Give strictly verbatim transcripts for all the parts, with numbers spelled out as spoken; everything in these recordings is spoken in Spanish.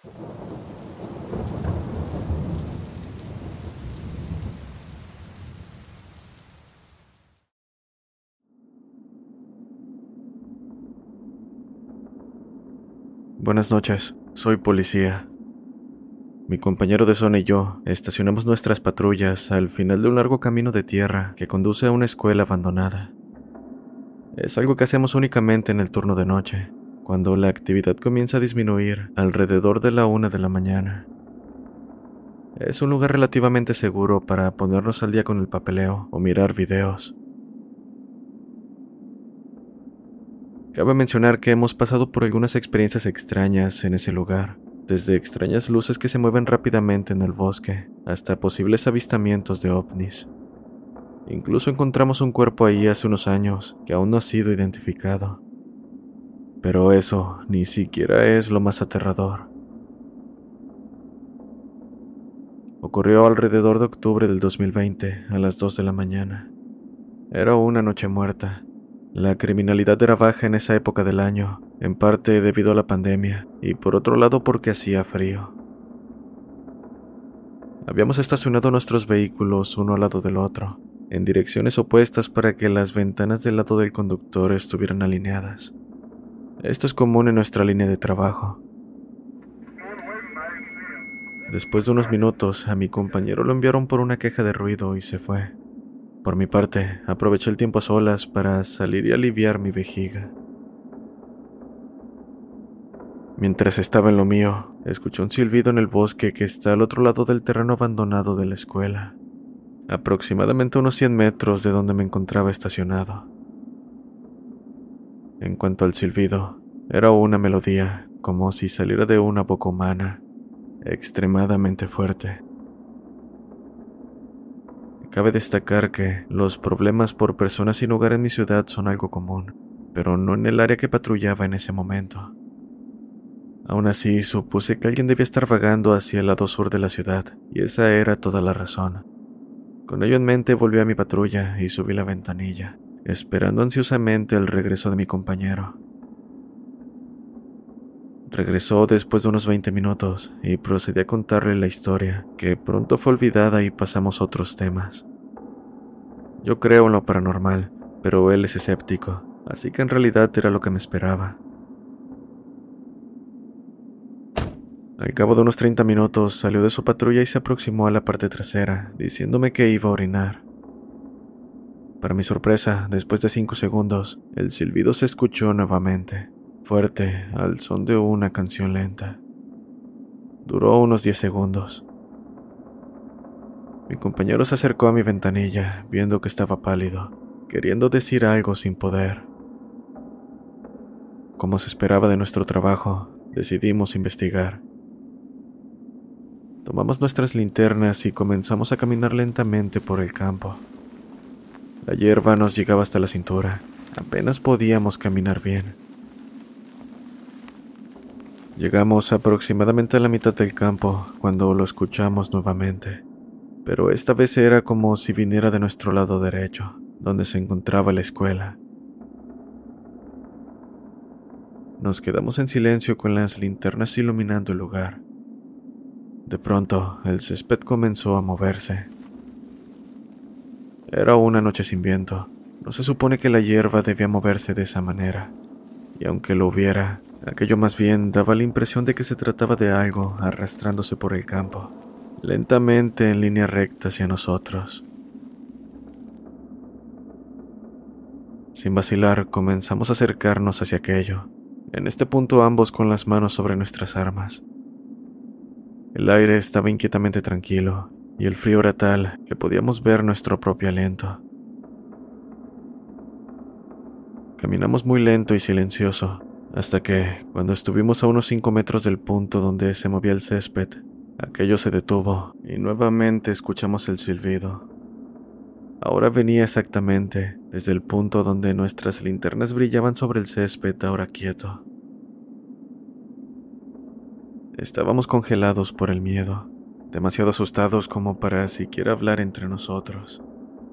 Buenas noches, soy policía. Mi compañero de zona y yo estacionamos nuestras patrullas al final de un largo camino de tierra que conduce a una escuela abandonada. Es algo que hacemos únicamente en el turno de noche, cuando la actividad comienza a disminuir alrededor de la una de la mañana. Es un lugar relativamente seguro para ponernos al día con el papeleo o mirar videos. Cabe mencionar que hemos pasado por algunas experiencias extrañas en ese lugar, desde extrañas luces que se mueven rápidamente en el bosque hasta posibles avistamientos de ovnis. Incluso encontramos un cuerpo ahí hace unos años que aún no ha sido identificado. Pero eso ni siquiera es lo más aterrador. Ocurrió alrededor de octubre del dos mil veinte, a las dos de la mañana. Era una noche muerta. La criminalidad era baja en esa época del año, en parte debido a la pandemia y por otro lado porque hacía frío. Habíamos estacionado nuestros vehículos uno al lado del otro, en direcciones opuestas para que las ventanas del lado del conductor estuvieran alineadas. Esto es común en nuestra línea de trabajo. Después de unos minutos, a mi compañero lo enviaron por una queja de ruido y se fue. Por mi parte, aproveché el tiempo a solas para salir y aliviar mi vejiga. Mientras estaba en lo mío, escuché un silbido en el bosque que está al otro lado del terreno abandonado de la escuela, aproximadamente unos cien metros de donde me encontraba estacionado. En cuanto al silbido, era una melodía, como si saliera de una boca humana, extremadamente fuerte. Cabe destacar que los problemas por personas sin hogar en mi ciudad son algo común, pero no en el área que patrullaba en ese momento. Aún así, supuse que alguien debía estar vagando hacia el lado sur de la ciudad, y esa era toda la razón. Con ello en mente volví a mi patrulla y subí la ventanilla, esperando ansiosamente el regreso de mi compañero. Regresó después de unos veinte minutos y procedí a contarle la historia, que pronto fue olvidada y pasamos a otros temas. Yo creo en lo paranormal, pero él es escéptico, así que en realidad era lo que me esperaba. Al cabo de unos treinta minutos salió de su patrulla y se aproximó a la parte trasera, diciéndome que iba a orinar. Para mi sorpresa, después de cinco segundos, el silbido se escuchó nuevamente, fuerte, al son de una canción lenta. Duró unos diez segundos. Mi compañero se acercó a mi ventanilla, viendo que estaba pálido, queriendo decir algo sin poder. Como se esperaba de nuestro trabajo, decidimos investigar. Tomamos nuestras linternas y comenzamos a caminar lentamente por el campo. La hierba nos llegaba hasta la cintura, apenas podíamos caminar bien. Llegamos aproximadamente a la mitad del campo cuando lo escuchamos nuevamente, pero esta vez era como si viniera de nuestro lado derecho, donde se encontraba la escuela. Nos quedamos en silencio con las linternas iluminando el lugar. De pronto, el césped comenzó a moverse. Era una noche sin viento. No se supone que la hierba debía moverse de esa manera. Y aunque lo hubiera, aquello más bien daba la impresión de que se trataba de algo arrastrándose por el campo, lentamente en línea recta hacia nosotros. Sin vacilar, comenzamos a acercarnos hacia aquello. En este punto ambos con las manos sobre nuestras armas. El aire estaba inquietamente tranquilo, y el frío era tal que podíamos ver nuestro propio aliento. Caminamos muy lento y silencioso, hasta que, cuando estuvimos a unos cinco metros del punto donde se movía el césped, aquello se detuvo y nuevamente escuchamos el silbido. Ahora venía exactamente desde el punto donde nuestras linternas brillaban sobre el césped ahora quieto. Estábamos congelados por el miedo, demasiado asustados como para siquiera hablar entre nosotros.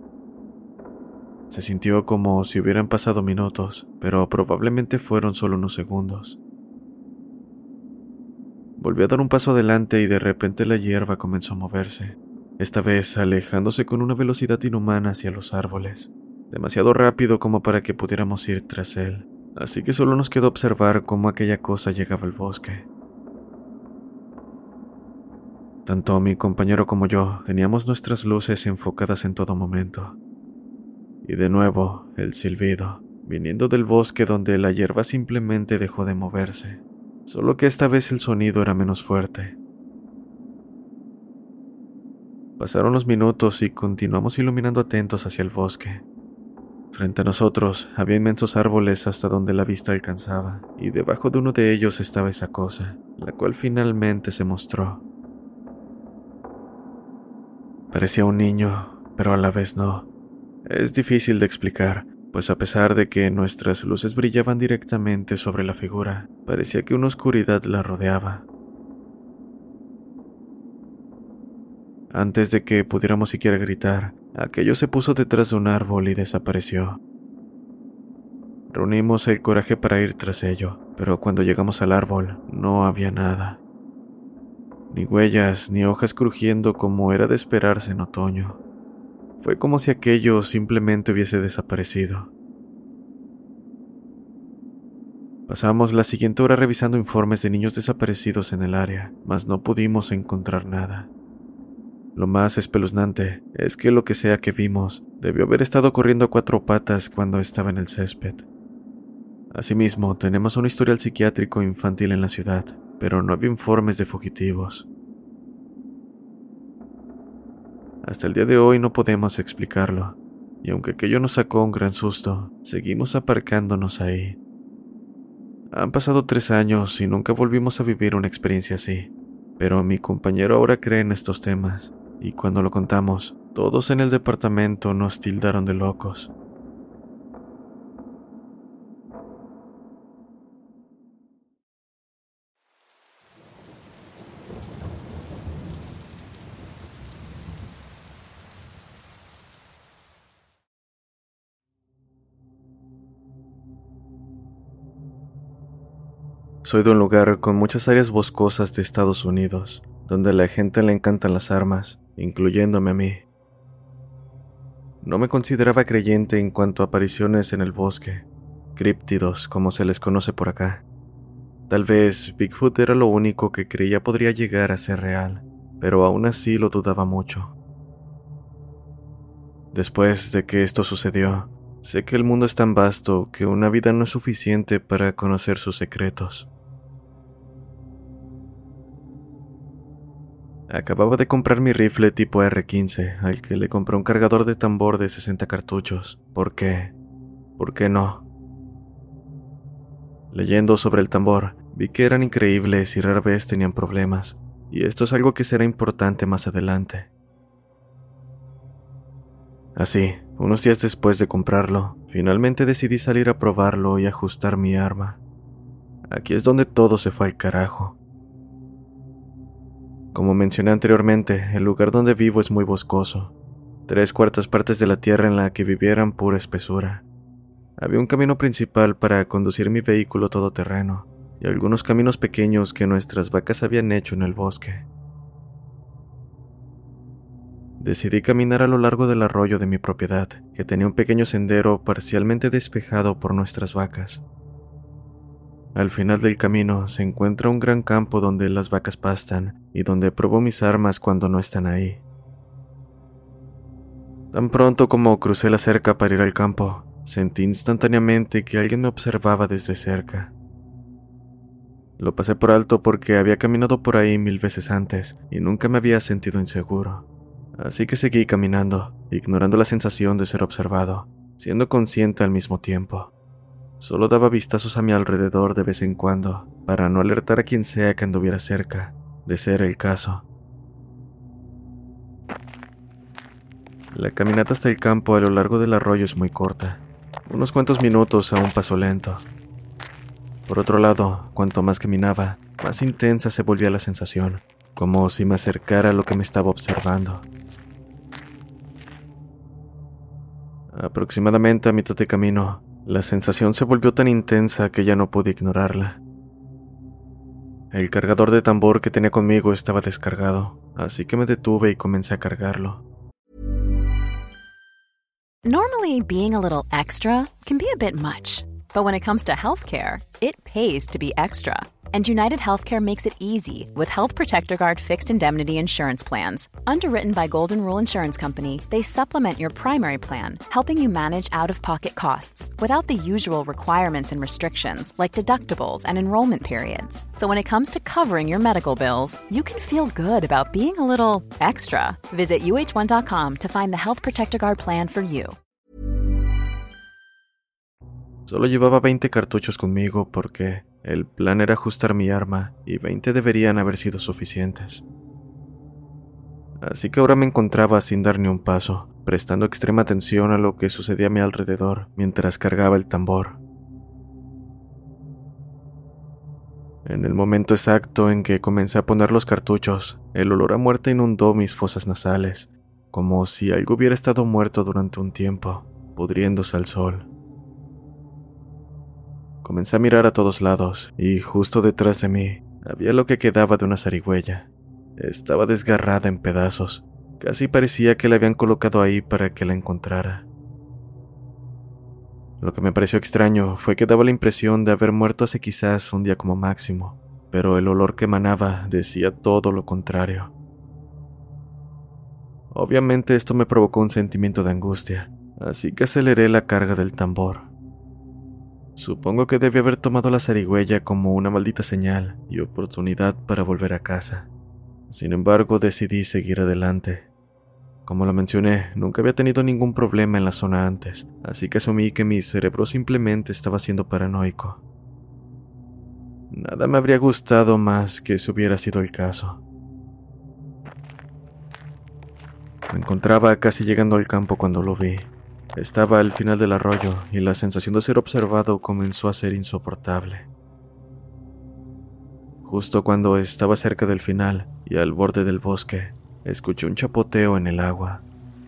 Se sintió como si hubieran pasado minutos, pero probablemente fueron solo unos segundos. Volví a dar un paso adelante y de repente la hierba comenzó a moverse, esta vez alejándose con una velocidad inhumana hacia los árboles, demasiado rápido como para que pudiéramos ir tras él, así que solo nos quedó observar cómo aquella cosa llegaba al bosque. Tanto mi compañero como yo teníamos nuestras luces enfocadas en todo momento. Y de nuevo, el silbido, viniendo del bosque donde la hierba simplemente dejó de moverse, solo que esta vez el sonido era menos fuerte. Pasaron los minutos y continuamos iluminando atentos hacia el bosque. Frente a nosotros había inmensos árboles hasta donde la vista alcanzaba, y debajo de uno de ellos estaba esa cosa, la cual finalmente se mostró. Parecía un niño, pero a la vez no. Es difícil de explicar, pues a pesar de que nuestras luces brillaban directamente sobre la figura, parecía que una oscuridad la rodeaba. Antes de que pudiéramos siquiera gritar, aquello se puso detrás de un árbol y desapareció. Reunimos el coraje para ir tras ello, pero cuando llegamos al árbol no había nada. Ni huellas, ni hojas crujiendo como era de esperarse en otoño. Fue como si aquello simplemente hubiese desaparecido. Pasamos la siguiente hora revisando informes de niños desaparecidos en el área, mas no pudimos encontrar nada. Lo más espeluznante es que lo que sea que vimos debió haber estado corriendo a cuatro patas cuando estaba en el césped. Asimismo, tenemos un historial psiquiátrico infantil en la ciudad, pero no había informes de fugitivos. Hasta el día de hoy no podemos explicarlo, y aunque aquello nos sacó un gran susto, seguimos aparcándonos ahí. Han pasado tres años y nunca volvimos a vivir una experiencia así, pero mi compañero ahora cree en estos temas, y cuando lo contamos, todos en el departamento nos tildaron de locos. Soy de un lugar con muchas áreas boscosas de Estados Unidos, donde a la gente le encantan las armas, incluyéndome a mí. No me consideraba creyente en cuanto a apariciones en el bosque, críptidos como se les conoce por acá. Tal vez Bigfoot era lo único que creía podría llegar a ser real, pero aún así lo dudaba mucho. Después de que esto sucedió, sé que el mundo es tan vasto que una vida no es suficiente para conocer sus secretos. Acababa de comprar mi rifle tipo erre quince, al que le compré un cargador de tambor de sesenta cartuchos. ¿Por qué? ¿Por qué no? Leyendo sobre el tambor, vi que eran increíbles y rara vez tenían problemas, y esto es algo que será importante más adelante. Así, unos días después de comprarlo, finalmente decidí salir a probarlo y ajustar mi arma. Aquí es donde todo se fue al carajo. Como mencioné anteriormente, el lugar donde vivo es muy boscoso. Tres cuartas partes de la tierra en la que vivía eran pura espesura. Había un camino principal para conducir mi vehículo todoterreno y algunos caminos pequeños que nuestras vacas habían hecho en el bosque. Decidí caminar a lo largo del arroyo de mi propiedad, que tenía un pequeño sendero parcialmente despejado por nuestras vacas. Al final del camino se encuentra un gran campo donde las vacas pastan y donde pruebo mis armas cuando no están ahí. Tan pronto como crucé la cerca para ir al campo, sentí instantáneamente que alguien me observaba desde cerca. Lo pasé por alto porque había caminado por ahí mil veces antes y nunca me había sentido inseguro. Así que seguí caminando, ignorando la sensación de ser observado, siendo consciente al mismo tiempo. Solo daba vistazos a mi alrededor de vez en cuando, para no alertar a quien sea que anduviera cerca, de ser el caso. La caminata hasta el campo a lo largo del arroyo es muy corta, unos cuantos minutos a un paso lento. Por otro lado, cuanto más caminaba, más intensa se volvía la sensación, como si me acercara a lo que me estaba observando. Aproximadamente a mitad de camino, la sensación se volvió tan intensa que ya no pude ignorarla. El cargador de tambor que tenía conmigo estaba descargado, así que me detuve y comencé a cargarlo. Normally, being a little extra can be a bit much, but when it comes to healthcare, it pays to be extra. And United Healthcare makes it easy with Health Protector Guard fixed indemnity insurance plans. Underwritten by Golden Rule Insurance Company, they supplement your primary plan, helping you manage out-of-pocket costs without the usual requirements and restrictions like deductibles and enrollment periods. So when it comes to covering your medical bills, you can feel good about being a little extra. Visit U H one dot com to find the Health Protector Guard plan for you. Solo llevaba veinte cartuchos conmigo porque el plan era ajustar mi arma y veinte deberían haber sido suficientes. Así que ahora me encontraba sin dar ni un paso, prestando extrema atención a lo que sucedía a mi alrededor mientras cargaba el tambor. En el momento exacto en que comencé a poner los cartuchos, el olor a muerte inundó mis fosas nasales, como si algo hubiera estado muerto durante un tiempo, pudriéndose al sol. Comencé a mirar a todos lados, y justo detrás de mí había lo que quedaba de una zarigüeya. Estaba desgarrada en pedazos, casi parecía que la habían colocado ahí para que la encontrara. Lo que me pareció extraño fue que daba la impresión de haber muerto hace quizás un día como máximo, pero el olor que emanaba decía todo lo contrario. Obviamente esto me provocó un sentimiento de angustia, así que aceleré la carga del tambor. Supongo que debí haber tomado la zarigüeya como una maldita señal y oportunidad para volver a casa. Sin embargo, decidí seguir adelante. Como lo mencioné, nunca había tenido ningún problema en la zona antes, así que asumí que mi cerebro simplemente estaba siendo paranoico. Nada me habría gustado más que si hubiera sido el caso. Me encontraba casi llegando al campo cuando lo vi. Estaba al final del arroyo y la sensación de ser observado comenzó a ser insoportable. Justo cuando estaba cerca del final y al borde del bosque, escuché un chapoteo en el agua.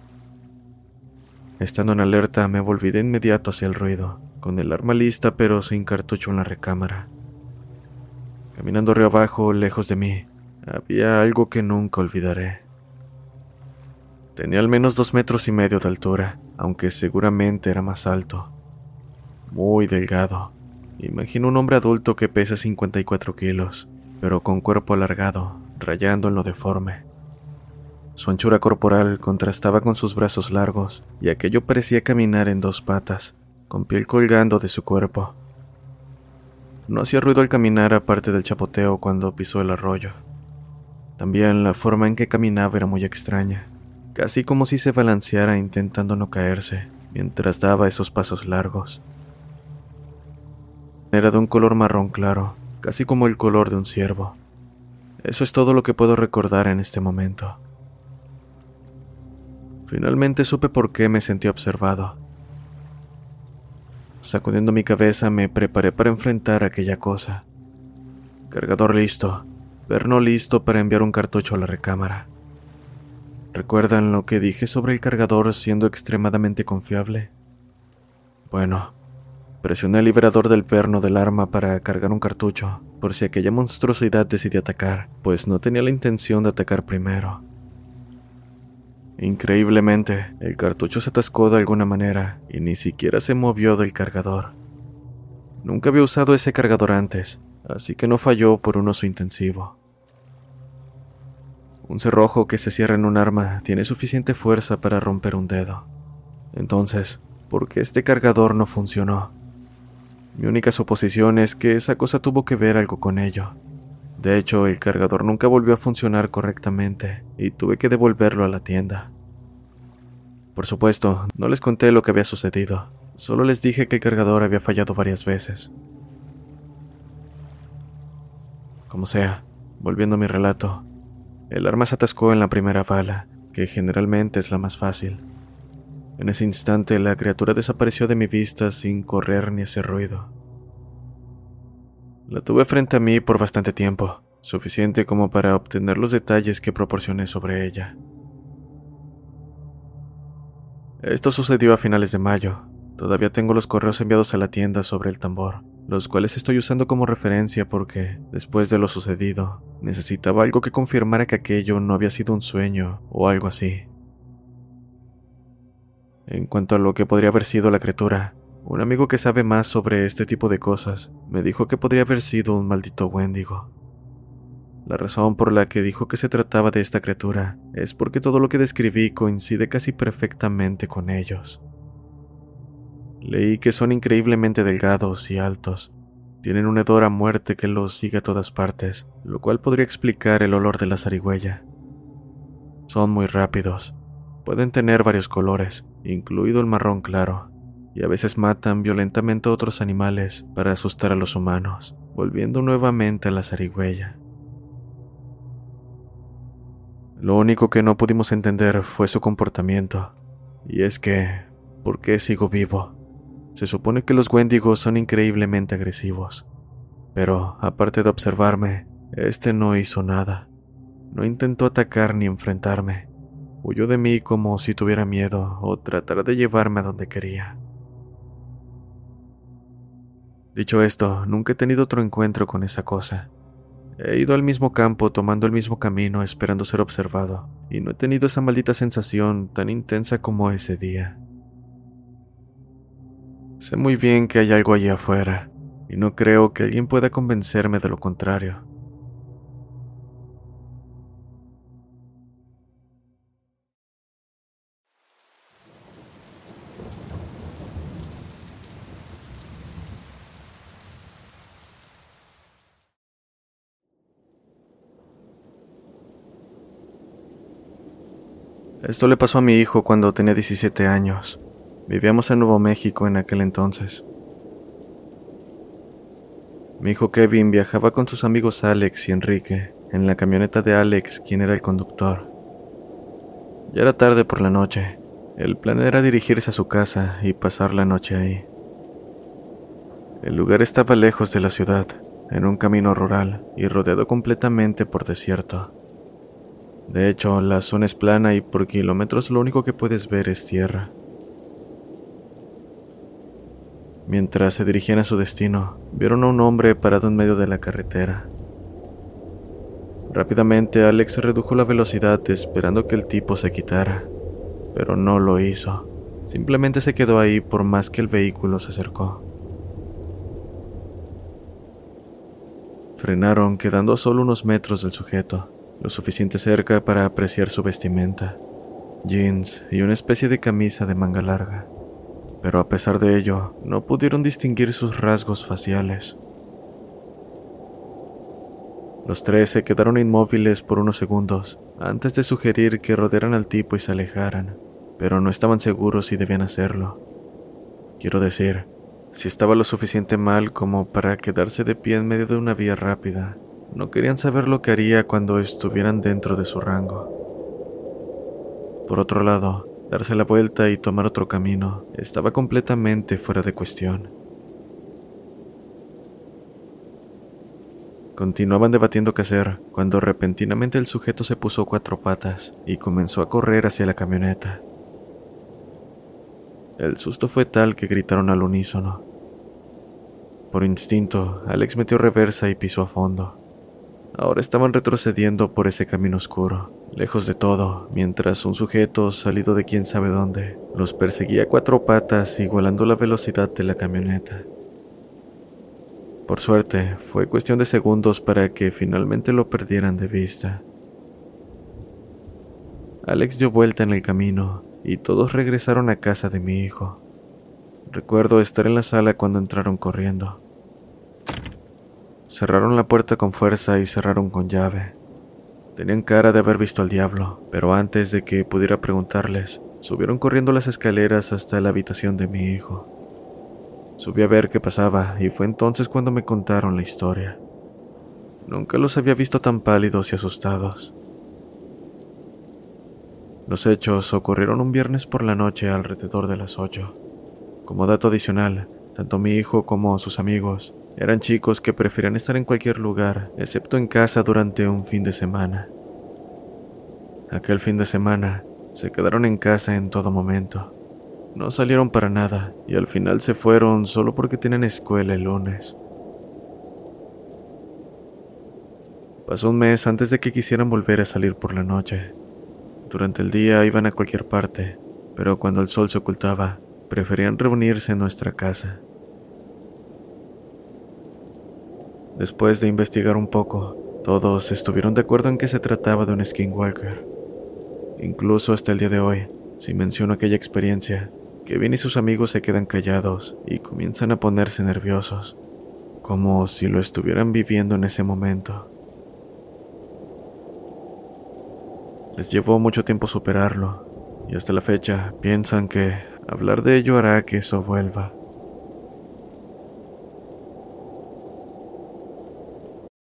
Estando en alerta, me volví de inmediato hacia el ruido, con el arma lista pero sin cartucho en la recámara. Caminando río abajo, lejos de mí, había algo que nunca olvidaré. Tenía al menos dos metros y medio de altura, aunque seguramente era más alto. Muy delgado. Imagino un hombre adulto que pesa cincuenta y cuatro kilos, pero con cuerpo alargado, rayando en lo deforme. Su anchura corporal contrastaba con sus brazos largos, y aquello parecía caminar en dos patas, con piel colgando de su cuerpo. No hacía ruido al caminar aparte del chapoteo cuando pisó el arroyo. También la forma en que caminaba era muy extraña. Casi como si se balanceara intentando no caerse, mientras daba esos pasos largos. Era de un color marrón claro, casi como el color de un ciervo. Eso es todo lo que puedo recordar en este momento. Finalmente supe por qué me sentí observado. Sacudiendo mi cabeza me preparé para enfrentar aquella cosa. Cargador listo, perno listo para enviar un cartucho a la recámara. ¿Recuerdan lo que dije sobre el cargador siendo extremadamente confiable? Bueno, presioné el liberador del perno del arma para cargar un cartucho, por si aquella monstruosidad decidía atacar, pues no tenía la intención de atacar primero. Increíblemente, el cartucho se atascó de alguna manera y ni siquiera se movió del cargador. Nunca había usado ese cargador antes, así que no falló por un uso intensivo. Un cerrojo que se cierra en un arma tiene suficiente fuerza para romper un dedo. Entonces, ¿por qué este cargador no funcionó? Mi única suposición es que esa cosa tuvo que ver algo con ello. De hecho, el cargador nunca volvió a funcionar correctamente y tuve que devolverlo a la tienda. Por supuesto, no les conté lo que había sucedido, solo les dije que el cargador había fallado varias veces. Como sea, volviendo a mi relato, el arma se atascó en la primera bala, que generalmente es la más fácil. En ese instante, la criatura desapareció de mi vista sin correr ni hacer ruido. La tuve frente a mí por bastante tiempo, suficiente como para obtener los detalles que proporcioné sobre ella. Esto sucedió a finales de mayo. Todavía tengo los correos enviados a la tienda sobre el tambor, los cuales estoy usando como referencia porque, después de lo sucedido, necesitaba algo que confirmara que aquello no había sido un sueño o algo así. En cuanto a lo que podría haber sido la criatura, un amigo que sabe más sobre este tipo de cosas me dijo que podría haber sido un maldito Wendigo. La razón por la que dijo que se trataba de esta criatura es porque todo lo que describí coincide casi perfectamente con ellos. Leí que son increíblemente delgados y altos. Tienen un hedor a muerte que los sigue a todas partes, lo cual podría explicar el olor de la zarigüeya. Son muy rápidos. Pueden tener varios colores, incluido el marrón claro, y a veces matan violentamente a otros animales para asustar a los humanos, volviendo nuevamente a la zarigüeya. Lo único que no pudimos entender fue su comportamiento, y es que, ¿por qué sigo vivo? Se supone que los Wendigos son increíblemente agresivos, pero aparte de observarme, este no hizo nada. No intentó atacar ni enfrentarme. Huyó de mí como si tuviera miedo o tratara de llevarme a donde quería. Dicho esto, nunca he tenido otro encuentro con esa cosa. He ido al mismo campo tomando el mismo camino esperando ser observado, y no he tenido esa maldita sensación tan intensa como ese día. Sé muy bien que hay algo allí afuera, y no creo que alguien pueda convencerme de lo contrario. Esto le pasó a mi hijo cuando tenía diecisiete años. Vivíamos en Nuevo México en aquel entonces. Mi hijo Kevin viajaba con sus amigos Alex y Enrique en la camioneta de Alex, quien era el conductor. Ya era tarde por la noche. El plan era dirigirse a su casa y pasar la noche ahí. El lugar estaba lejos de la ciudad, en un camino rural y rodeado completamente por desierto. De hecho, la zona es plana y por kilómetros lo único que puedes ver es tierra. Mientras se dirigían a su destino, vieron a un hombre parado en medio de la carretera. Rápidamente, Alex redujo la velocidad esperando que el tipo se quitara, pero no lo hizo. Simplemente se quedó ahí por más que el vehículo se acercó. Frenaron, quedando a solo unos metros del sujeto, lo suficiente cerca para apreciar su vestimenta, jeans y una especie de camisa de manga larga. Pero a pesar de ello, no pudieron distinguir sus rasgos faciales. Los tres se quedaron inmóviles por unos segundos antes de sugerir que rodearan al tipo y se alejaran, pero no estaban seguros si debían hacerlo. Quiero decir, si estaba lo suficiente mal como para quedarse de pie en medio de una vía rápida, no querían saber lo que haría cuando estuvieran dentro de su rango. Por otro lado, darse la vuelta y tomar otro camino estaba completamente fuera de cuestión. Continuaban debatiendo qué hacer cuando repentinamente el sujeto se puso a cuatro patas y comenzó a correr hacia la camioneta. El susto fue tal que gritaron al unísono. Por instinto, Alex metió reversa y pisó a fondo. Ahora estaban retrocediendo por ese camino oscuro, lejos de todo, mientras un sujeto, salido de quién sabe dónde, los perseguía a cuatro patas igualando la velocidad de la camioneta. Por suerte, fue cuestión de segundos para que finalmente lo perdieran de vista. Alex dio vuelta en el camino y todos regresaron a casa de mi hijo. Recuerdo estar en la sala cuando entraron corriendo. Cerraron la puerta con fuerza y cerraron con llave. Tenían cara de haber visto al diablo, pero antes de que pudiera preguntarles, subieron corriendo las escaleras hasta la habitación de mi hijo. Subí a ver qué pasaba y fue entonces cuando me contaron la historia. Nunca los había visto tan pálidos y asustados. Los hechos ocurrieron un viernes por la noche alrededor de las ocho. Como dato adicional, tanto mi hijo como sus amigos eran chicos que preferían estar en cualquier lugar, excepto en casa durante un fin de semana. Aquel fin de semana se quedaron en casa en todo momento. No salieron para nada y al final se fueron solo porque tienen escuela el lunes. Pasó un mes antes de que quisieran volver a salir por la noche. Durante el día iban a cualquier parte, pero cuando el sol se ocultaba, preferían reunirse en nuestra casa. Después de investigar un poco, todos estuvieron de acuerdo en que se trataba de un skinwalker. Incluso hasta el día de hoy, si menciono aquella experiencia, Kevin y sus amigos se quedan callados y comienzan a ponerse nerviosos, como si lo estuvieran viviendo en ese momento. Les llevó mucho tiempo superarlo, y hasta la fecha piensan que hablar de ello hará que eso vuelva.